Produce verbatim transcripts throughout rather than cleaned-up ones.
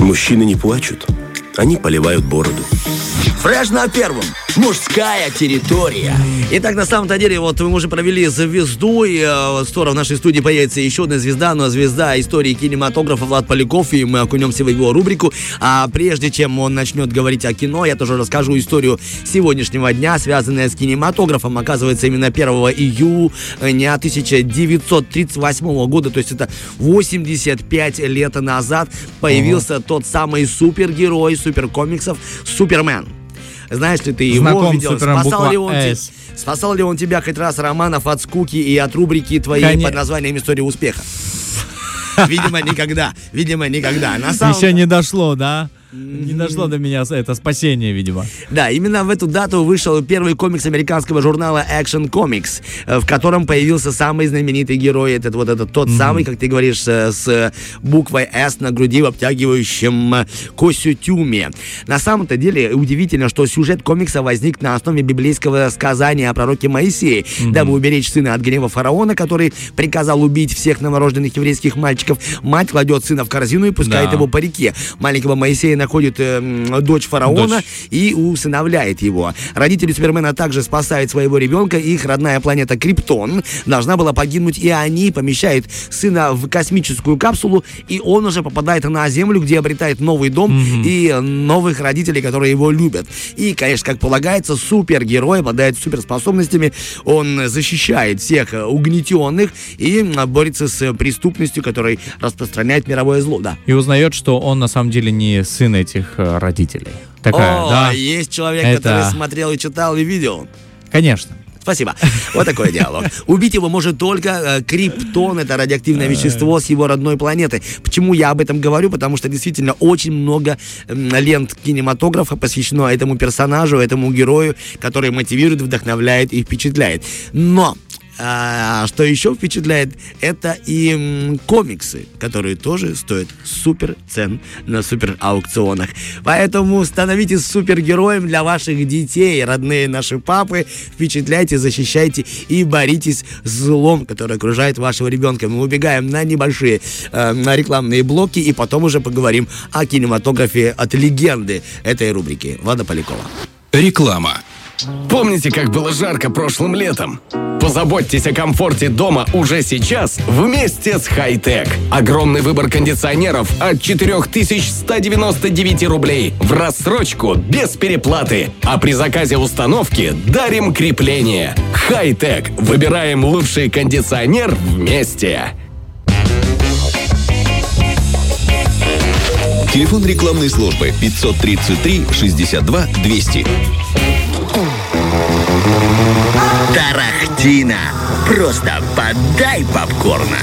Мужчины не плачут, они поливают бороду. Фреш на первом. Мужская территория. Итак, на самом-то деле, вот мы уже провели звезду, и э, скоро в нашей студии появится еще одна звезда, но звезда истории кинематографа Влад Поляков, и мы окунемся в его рубрику. А прежде чем он начнет говорить о кино, я тоже расскажу историю сегодняшнего дня, связанную с кинематографом. Оказывается, именно первого июня тысяча девятьсот тридцать восьмого года, то есть это восемьдесят пять лет назад, появился uh-huh. тот самый супергерой суперкомиксов Супермен. Знаешь ли ты его? Знаком Видел? Спасал ли, он те... Спасал ли он тебя хоть раз, Романов, от скуки и от рубрики твоей Конечно. Под названием «История успеха»? Видимо, никогда. Видимо, никогда. На самом... Еще не дошло, да? Не дошло до меня это спасение, видимо. Да, именно в эту дату вышел первый комикс американского журнала Action Comics, в котором появился самый знаменитый герой, этот вот этот тот mm-hmm. самый, как ты говоришь, с буквой S на груди в обтягивающем костюме. На самом-то деле удивительно, что сюжет комикса возник на основе библейского сказания о пророке Моисее, mm-hmm. дабы уберечь сына от гнева фараона, который приказал убить всех новорожденных еврейских мальчиков. Мать кладет сына в корзину и пускает да. его по реке. Маленького Моисея находит э, дочь фараона дочь. И усыновляет его. Родители Супермена также спасают своего ребенка. Их родная планета Криптон должна была погибнуть, и они помещают сына в космическую капсулу, и он уже попадает на Землю, где обретает новый дом mm-hmm. и новых родителей, которые его любят. И, конечно, как полагается, супергерой обладает суперспособностями. Он защищает всех угнетенных и борется с преступностью, которая распространяет мировое зло. Да. И узнает, что он на самом деле не сын этих э, родителей. Такая, О, да? Есть человек, это... который смотрел и читал и видел. Конечно. Спасибо. Вот такой диалог. Убить его может только э, Криптон, это радиоактивное вещество с его родной планеты. Почему я об этом говорю? Потому что действительно очень много э, лент кинематографа посвящено этому персонажу, этому герою, который мотивирует, вдохновляет и впечатляет. Но А, что еще впечатляет, это и м, комиксы, которые тоже стоят супер цен на супер аукционах. Поэтому становитесь супергероем для ваших детей, родные наши папы. Впечатляйте, защищайте и боритесь с злом, который окружает вашего ребенка. Мы убегаем на небольшие э, на рекламные блоки, и потом уже поговорим о кинематографе от легенды этой рубрики. Влада Полякова. Реклама. Помните, как было жарко прошлым летом? Позаботьтесь о комфорте дома уже сейчас вместе с Хайтек. Огромный выбор кондиционеров от четыре тысячи сто девяносто девять рублей в рассрочку без переплаты. А при заказе установки дарим крепление. Хайтек. Выбираем лучший кондиционер вместе. Телефон рекламной службы пятьсот тридцать три шестьдесят два двести. Тарахтина. Просто подай попкорна.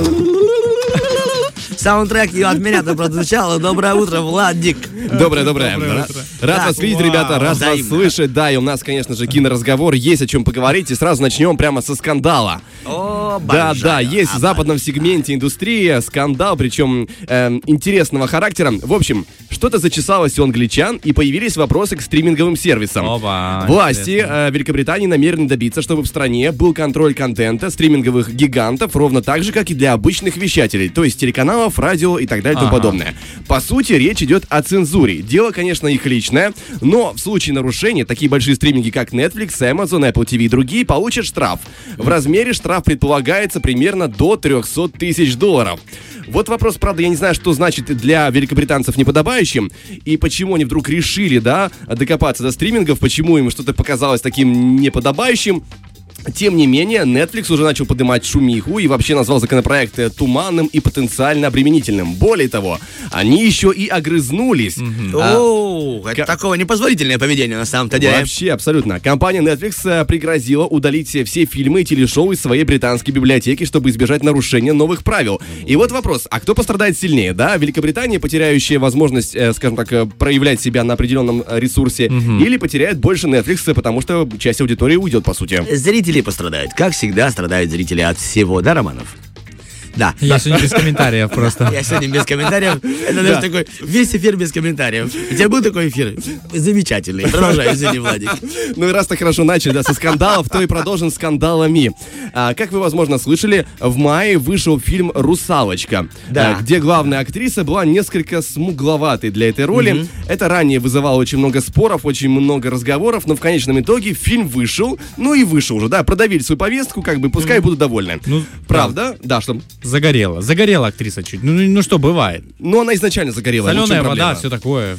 Саундтрек и от меня-то прозвучало. Доброе утро, Владик. Доброе, доброе. Рад, рад вас видеть, ребята, рад вас слышать. Да, и у нас, конечно же, киноразговор, есть о чем поговорить. И сразу начнем прямо со скандала. О, да, да, есть в западном сегменте индустрии скандал, причем э, интересного характера. В общем, что-то зачесалось у англичан, и появились вопросы к стриминговым сервисам. Оба, Власти э, Великобритании намерены добиться, чтобы в стране был контроль контента стриминговых гигантов, ровно так же, как и для обычных вещателей, то есть телеканалов, радио и так далее и тому ага. подобное. По сути, речь идет о цензуре. Дело, конечно, их личное, но в случае нарушения такие большие стриминги, как Netflix, Amazon, Apple ти ви и другие, получат штраф. В размере штраф предполагается примерно до триста тысяч долларов. Вот вопрос, правда, я не знаю, что значит для великобританцев неподобающим, и почему они вдруг решили, да, докопаться до стримингов, почему им что-то показалось таким неподобающим. Тем не менее, Netflix уже начал поднимать шумиху и вообще назвал законопроект туманным и потенциально обременительным. Более того, они еще и огрызнулись. Mm-hmm. А, О, это к... такое непозволительное поведение на самом-то деле. Вообще, абсолютно. Компания Netflix пригрозила удалить все фильмы и телешоу из своей британской библиотеки, чтобы избежать нарушения новых правил. И вот вопрос, а кто пострадает сильнее, да? Великобритания, потеряющая возможность, скажем так, проявлять себя на определенном ресурсе, mm-hmm. или потеряет больше Netflix, потому что часть аудитории уйдет, по сути. Зрители пострадают. Как всегда, страдают зрители от всего, да, Романов? Да. Я сегодня без комментариев просто. Я сегодня без комментариев. Это даже такой, весь эфир без комментариев. У тебя был такой эфир? Замечательный. Продолжай, извини, Владик. Ну и раз так хорошо начали, да, со скандалов, то и продолжим скандалами. А, как вы, возможно, слышали, в мае вышел фильм «Русалочка», Да. а, где главная актриса была несколько смугловатой для этой роли. Mm-hmm. Это ранее вызывало очень много споров, очень много разговоров, но в конечном итоге фильм вышел, ну и вышел уже, да, продавили свою повестку, как бы, пускай mm-hmm. будут довольны. Ну, правда? Да, что? Загорела. Загорела актриса чуть. Ну, ну что, бывает. Ну, она изначально загорела. Соленая вода, все такое.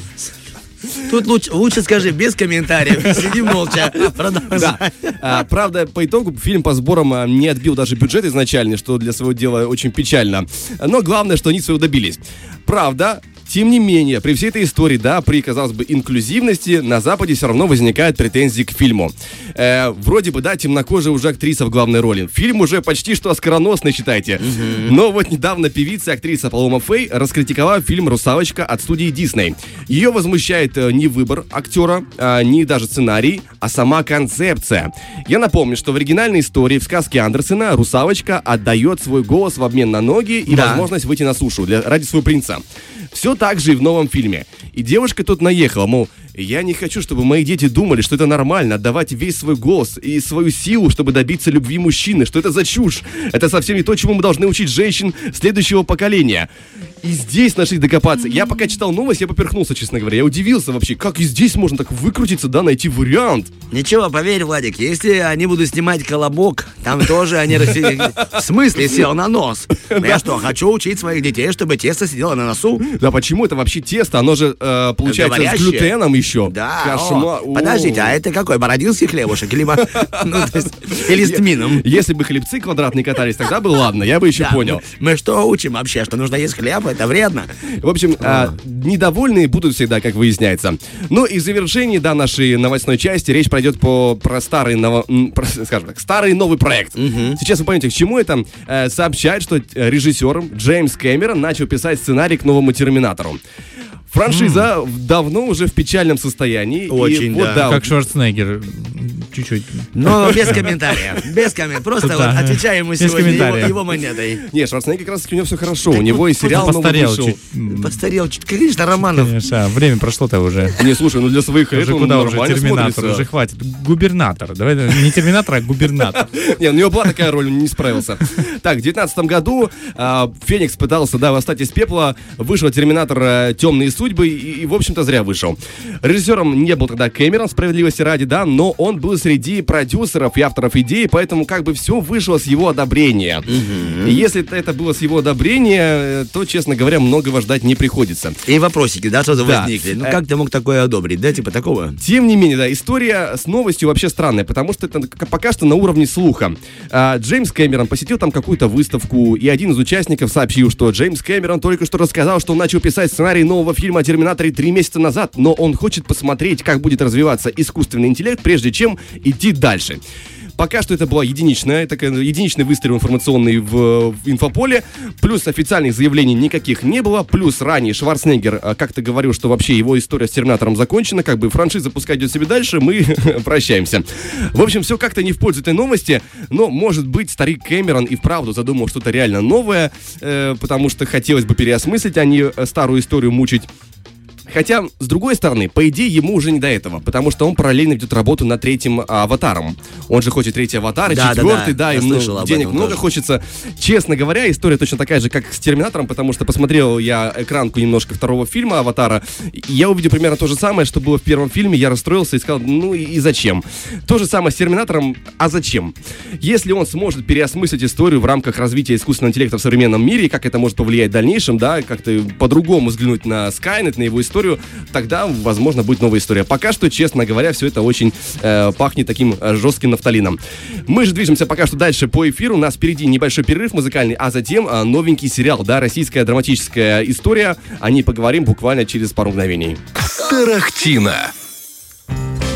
Тут лучше, лучше скажи, без комментариев. Сиди молча. Продолжай. Да. А, правда, по итогу фильм по сборам а, не отбил даже бюджет изначальный, что для своего дела очень печально. Но главное, что они своего добились. Правда, тем не менее, при всей этой истории, да, при, казалось бы, инклюзивности, на Западе все равно возникают претензии к фильму. Э, вроде бы, да, темнокожая уже актриса в главной роли. Фильм уже почти что оскароносный, считайте. Mm-hmm. Но вот недавно певица и актриса Палома Фэй раскритиковала фильм «Русалочка» от студии Дисней. Ее возмущает э, не выбор актера, э, не даже сценарий, а сама концепция. Я напомню, что в оригинальной истории в сказке Андерсена русалочка отдает свой голос в обмен на ноги и Да. возможность выйти на сушу для, ради своего принца. Все так же и в новом фильме. И девушка тут наехала, мол, я не хочу, чтобы мои дети думали, что это нормально, отдавать весь свой голос и свою силу, чтобы добиться любви мужчины, что это за чушь. Это совсем не то, чему мы должны учить женщин следующего поколения. И здесь нашли докопаться. Я пока читал новость, я поперхнулся, честно говоря. Я удивился вообще, как и здесь можно так выкрутиться, да, найти вариант. Ничего, поверь, Владик, если они будут снимать «Колобок», там тоже они... расси- В смысле сел на нос? Я что, хочу учить своих детей, чтобы тесто сидело на носу? Да почему это вообще тесто? Оно же, э, получается, Говорящее? с глютеном еще. Да. Кошмар. О, подождите, а это какой? Бородинский хлебушек? Или, мо- ну, то есть, или с тмином? Если бы хлебцы квадратные катались, тогда бы ладно, я бы еще Да, понял. Мы, мы что учим вообще? Что нужно есть хлеб? Это вредно. В общем, а, недовольные будут всегда, как выясняется. Ну и в завершении, да, нашей новостной части речь пройдет по, про старый, ново, м, про, скажем так, старый новый проект. Сейчас вы поймете, к чему это. Э, сообщает, что режиссер Джеймс Кэмерон начал писать сценарий к новому «Терминатору». Франшиза давно уже в печальном состоянии. Очень, и вот, да. Как Шварценеггер. Чуть-чуть. Но без комментариев. Без комментариев. Просто Да. вот отвечаем ему Без сегодня его, комментариев. его монетой. Не, Шварценеггер как раз таки у него все хорошо. У него и сериал новый Постарел вышел. чуть. Постарел чуть. Конечно, Романов. Конечно, а, время прошло-то уже. Не, слушай, ну для своих лет Уже он куда уже нормально терминатор, смотрится. уже хватит. Губернатор. Давай не терминатор, а губернатор. Не, у него была такая роль, он не справился. Так, в девятнадцатом году а, Феникс пытался, да, восстать из пепла. Вышел «Терминатор. а, Темные судьбы» и, и, в общем-то, зря вышел. Режиссером не был тогда Кэмерон, справедливости ради, да, но он был среди продюсеров и авторов идеи, поэтому как бы все вышло с его одобрения. И если это было с его одобрения, то, честно говоря, многого ждать не приходится. И вопросики, да, что-то Да. возникли. Ну Э, как ты мог такое одобрить, да, типа такого? Тем не менее, да, история с новостью вообще странная, потому что это к- пока что на уровне слуха. А, Джеймс Кэмерон посетил там какую-то выставку, и один из участников сообщил, что Джеймс Кэмерон только что рассказал, что он начал писать сценарий нового фильма о «Терминаторе» три месяца назад, но он хочет посмотреть, как будет развиваться искусственный интеллект, прежде чем идти дальше. Пока что это была единичная, такая, единичный выстрел информационный в, в инфополе, плюс официальных заявлений никаких не было, плюс ранее Шварценеггер а, как-то говорил, что вообще его история с «Терминатором» закончена, как бы франшиза пускай идет себе дальше, мы прощаемся. В общем, все как-то не в пользу этой новости, но, может быть, старик Кэмерон и вправду задумал что-то реально новое, э, потому что хотелось бы переосмыслить, а не э, старую историю мучить. Хотя, с другой стороны, по идее, ему уже не до этого, потому что он параллельно ведет работу над третьим а, «Аватаром». Он же хочет третий «Аватар», и Да, да, четвертый, да, да, я и ну, слышал об денег этом много тоже. хочется. Честно говоря, история точно такая же, как с «Терминатором», потому что посмотрел я экранку немножко второго фильма «Аватара», и я увидел примерно то же самое, что было в первом фильме, я расстроился и сказал, ну и, и зачем? То же самое с «Терминатором», а зачем? Если он сможет переосмыслить историю в рамках развития искусственного интеллекта в современном мире, и как это может повлиять в дальнейшем, да, как-то по-другому взглянуть на Skynet, на его историю, тогда, возможно, будет новая история. Пока что, честно говоря, все это очень э, пахнет таким э, жестким нафталином. Мы же движемся пока что дальше по эфиру. У нас впереди небольшой перерыв музыкальный, а затем э, новенький сериал, да, российская драматическая история. О ней поговорим буквально через пару мгновений. Тарахтина.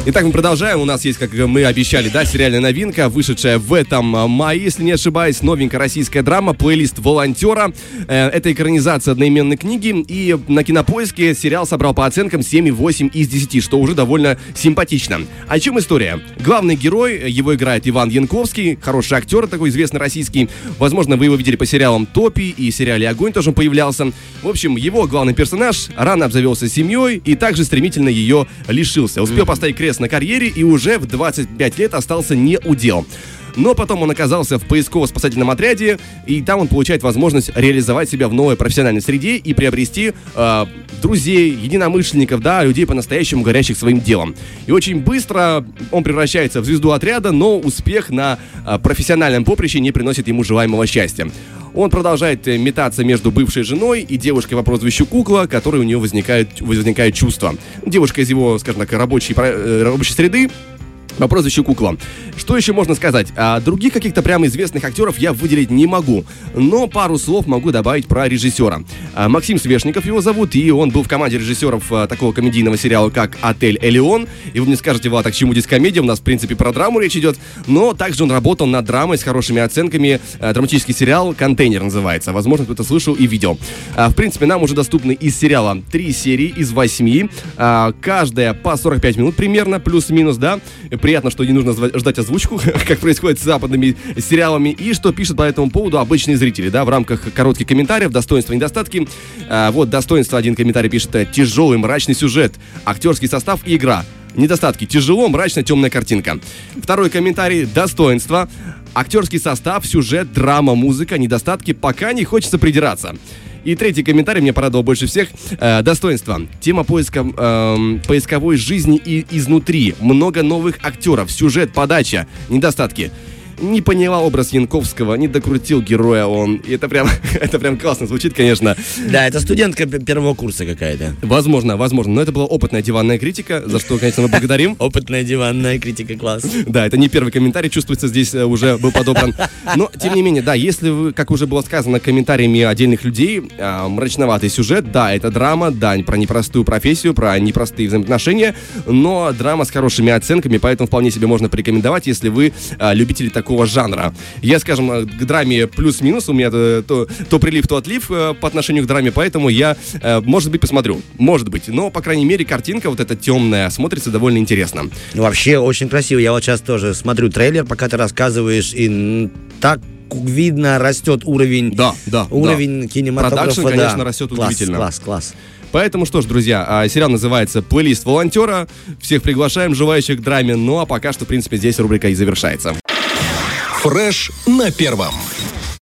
Итак, мы продолжаем. У нас есть, как мы обещали, да, сериальная новинка, вышедшая в этом мае, если не ошибаюсь, новенькая российская драма «Плейлист волонтера». Это экранизация одноименной книги, и на Кинопоиске сериал собрал по оценкам семь и восемь из десяти, что уже довольно симпатично. О чем история? Главный герой, его играет Иван Янковский, хороший актер, такой известный российский. Возможно, вы его видели по сериалам «Топи» и сериале «Огонь» тоже он появлялся. В общем, его главный персонаж рано обзавелся семьей и также стремительно ее лишился. Успел поставить крест на карьере и уже в двадцать пять лет остался не у дел. Но потом он оказался в поисково-спасательном отряде, и там он получает возможность реализовать себя в новой профессиональной среде и приобрести э, друзей, единомышленников, да, людей по-настоящему горящих своим делом. И очень быстро он превращается в звезду отряда, но успех на э, профессиональном поприще не приносит ему желаемого счастья. Он продолжает метаться между бывшей женой и девушкой по прозвищу Кукла, которой у нее возникают, возникают чувства. Девушка из его, скажем так, рабочей, рабочей среды по прозвищу Кукла. Что еще можно сказать? А других каких-то прямо известных актеров я выделить не могу, но пару слов могу добавить про режиссера. А, Максим Свешников его зовут, и он был в команде режиссеров а, такого комедийного сериала, как «Отель Элеон». И вы мне скажете, Влад, а к чему здесь комедия? У нас, в принципе, про драму речь идет. Но также он работал над драмой с хорошими оценками. А, драматический сериал «Контейнер» называется. Возможно, кто-то слышал и видел. А, в принципе, нам уже доступны из сериала три серии из восьми. А, каждая по сорок пять минут примерно, плюс-минус, да. Приятно, что не нужно ждать озвучку, как происходит с западными сериалами, и что пишут по этому поводу обычные зрители, да, в рамках коротких комментариев, достоинства и недостатки. А, вот, достоинство, один комментарий пишет: тяжелый, мрачный сюжет, актерский состав и игра. Недостатки: тяжело, мрачная, темная картинка. Второй комментарий: достоинство, актерский состав, сюжет, драма, музыка. Недостатки: пока не хочется придираться. И третий комментарий меня порадовал больше всех. Э, достоинство. Тема поиска, э, поисковой жизни и изнутри. Много новых актеров. Сюжет, подача. Недостатки. Не поняла образ Янковского, не докрутил героя он. И это прям, это прям классно звучит, конечно. Да, это студентка первого курса какая-то. Возможно, возможно. Но это была опытная диванная критика, за что, конечно, мы благодарим. Опытная диванная критика, класс. Да, это не первый комментарий, чувствуется, здесь уже был подобран. Но, тем не менее, да, если вы, как уже было сказано комментариями отдельных людей, э, мрачноватый сюжет, да, это драма, да, про непростую профессию, про непростые взаимоотношения, но драма с хорошими оценками, поэтому вполне себе можно порекомендовать, если вы э, любители такого жанра. Я, скажем, к драме плюс-минус, у меня то, то, то прилив, то отлив э, по отношению к драме, поэтому я, э, может быть, посмотрю. Может быть. Но, по крайней мере, картинка вот эта темная смотрится довольно интересно. Вообще, очень красиво. Я вот сейчас тоже смотрю трейлер, пока ты рассказываешь, и так видно, растет уровень, да, да, уровень да. кинематографа. Продакшн, конечно, да. растет Класс, удивительно. Класс, класс. Поэтому что ж, друзья, сериал называется «Плейлист волонтера». Всех приглашаем, желающих к драме. Ну а пока что, в принципе, здесь рубрика и завершается. Фреш на первом.